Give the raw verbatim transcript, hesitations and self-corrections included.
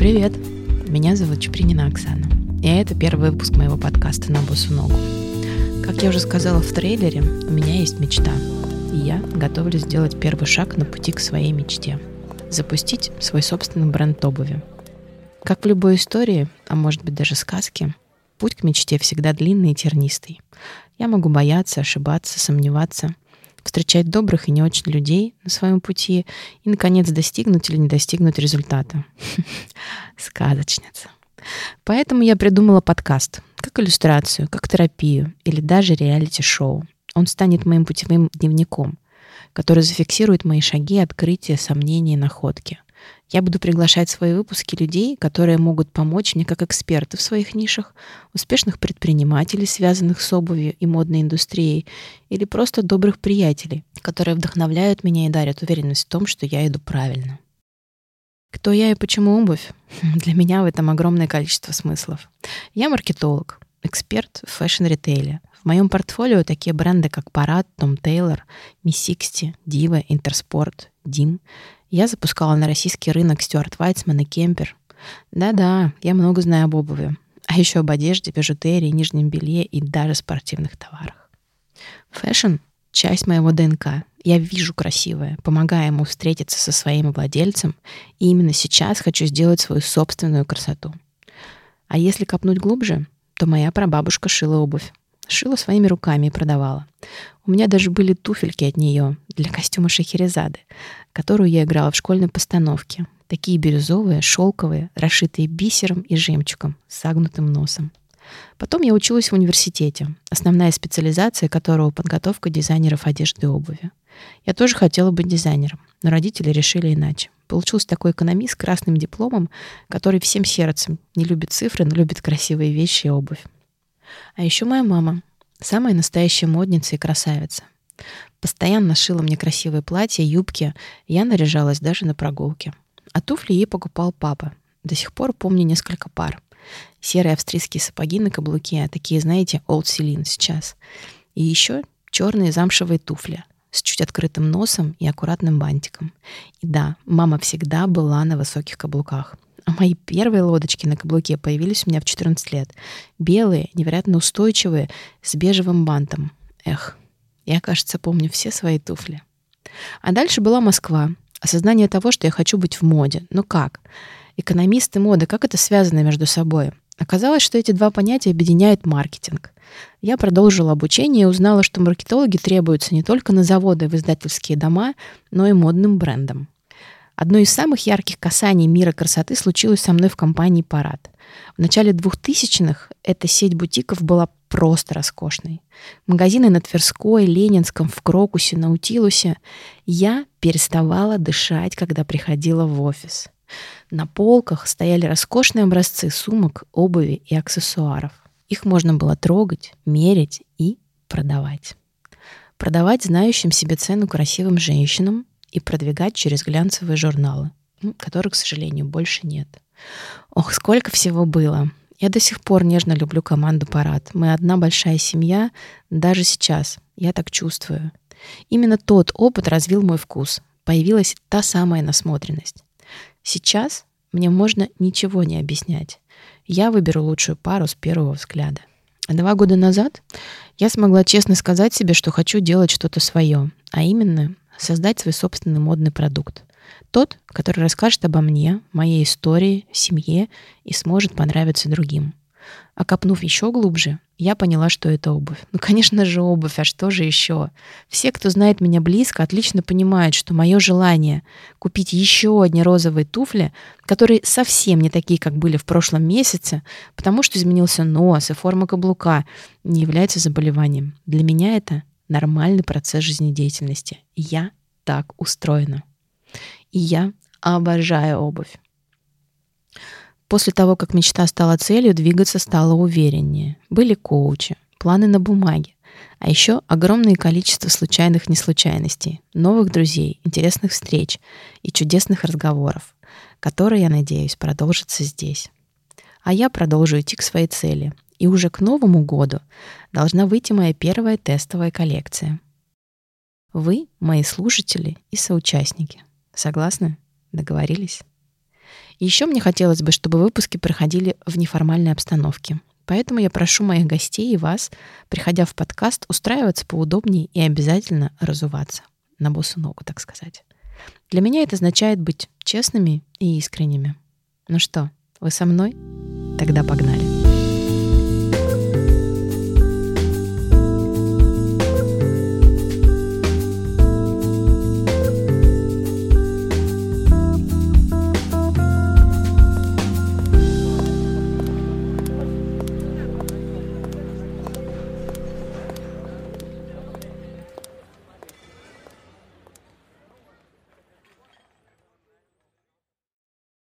Привет! Меня зовут Чупринина Оксана, и это первый выпуск моего подкаста «На босу ногу». Как я уже сказала в трейлере, у меня есть мечта, и я готовлюсь сделать первый шаг на пути к своей мечте – запустить свой собственный бренд обуви. Как в любой истории, а может быть даже сказке, путь к мечте всегда длинный и тернистый. Я могу бояться, ошибаться, сомневаться, встречать добрых и не очень людей на своем пути и, наконец, достигнуть или не достигнуть результата. Сказочница. Поэтому я придумала подкаст, как иллюстрацию, как терапию или даже реалити-шоу. Он станет моим путевым дневником, который зафиксирует мои шаги, открытия, сомнения и находки. Я буду приглашать в свои выпуски людей, которые могут помочь мне как эксперты в своих нишах, успешных предпринимателей, связанных с обувью и модной индустрией, или просто добрых приятелей, которые вдохновляют меня и дарят уверенность в том, что я иду правильно. Кто я и почему обувь? Для меня в этом огромное количество смыслов. Я маркетолог, эксперт в фэшн-ритейле. В моем портфолио такие бренды, как Парад, Том Тейлор, Мисс Сиксти, Дива, Интерспорт, Дим. Я запускала на российский рынок Стюарт Вайцман и Кемпер. Да-да, я много знаю об обуви. А еще об одежде, бижутерии, нижнем белье и даже спортивных товарах. Фэшн — часть моего ДНК. Я вижу красивое, помогаю ему встретиться со своим владельцем, и именно сейчас хочу сделать свою собственную красоту. А если копнуть глубже, то моя прабабушка шила обувь. Шила своими руками и продавала. У меня даже были туфельки от нее для костюма Шахерезады, которую я играла в школьной постановке. Такие бирюзовые, шелковые, расшитые бисером и жемчугом, с загнутым носом. Потом я училась в университете, основная специализация которого — подготовка дизайнеров одежды и обуви. Я тоже хотела быть дизайнером, но родители решили иначе. Получился такой экономист с красным дипломом, который всем сердцем не любит цифры, но любит красивые вещи и обувь. А еще моя мама, самая настоящая модница и красавица. Постоянно шила мне красивые платья, юбки, я наряжалась даже на прогулке. А туфли ей покупал папа. До сих пор помню несколько пар. Серые австрийские сапоги на каблуке, такие, знаете, Old Celine сейчас. И еще черные замшевые туфли с чуть открытым носом и аккуратным бантиком. И да, мама всегда была на высоких каблуках. А мои первые лодочки на каблуке появились у меня в четырнадцать лет. Белые, невероятно устойчивые, с бежевым бантом. Эх, я, кажется, помню все свои туфли. А дальше была Москва. Осознание того, что я хочу быть в моде. Ну как? Экономист и мода, как это связано между собой? Оказалось, что эти два понятия объединяет маркетинг. Я продолжила обучение и узнала, что маркетологи требуются не только на заводы и в издательские дома, но и модным брендам. Одно из самых ярких касаний мира красоты случилось со мной в компании «Парад». В начале двухтысячных эта сеть бутиков была просто роскошной. Магазины на Тверской, Ленинском, в Крокусе, Наутилусе. Я переставала дышать, когда приходила в офис. На полках стояли роскошные образцы сумок, обуви и аксессуаров. Их можно было трогать, мерить и продавать. Продавать знающим себе цену красивым женщинам и продвигать через глянцевые журналы, которых, к сожалению, больше нет. Ох, сколько всего было! Я до сих пор нежно люблю команду «Парад». Мы одна большая семья, даже сейчас. Я так чувствую. Именно тот опыт развил мой вкус. Появилась та самая насмотренность. Сейчас мне можно ничего не объяснять. Я выберу лучшую пару с первого взгляда. А два года назад я смогла честно сказать себе, что хочу делать что-то свое, а именно создать свой собственный модный продукт. Тот, который расскажет обо мне, моей истории, семье и сможет понравиться другим. А копнув еще глубже, я поняла, что это обувь. Ну, конечно же, обувь, а что же еще? Все, кто знает меня близко, отлично понимают, что мое желание купить еще одни розовые туфли, которые совсем не такие, как были в прошлом месяце, потому что изменился нос и форма каблука, не является заболеванием. Для меня это нормальный процесс жизнедеятельности. И я так устроена. И я обожаю обувь. После того, как мечта стала целью, двигаться стало увереннее. Были коучи, планы на бумаге, а еще огромное количество случайных неслучайностей, новых друзей, интересных встреч и чудесных разговоров, которые, я надеюсь, продолжатся здесь. А я продолжу идти к своей цели. И уже к Новому году должна выйти моя первая тестовая коллекция. Вы — мои слушатели и соучастники. Согласны? Договорились? И еще мне хотелось бы, чтобы выпуски проходили в неформальной обстановке. Поэтому я прошу моих гостей и вас, приходя в подкаст, устраиваться поудобнее и обязательно разуваться. На босу ногу, так сказать. Для меня это означает быть честными и искренними. Ну что, вы со мной? Тогда погнали.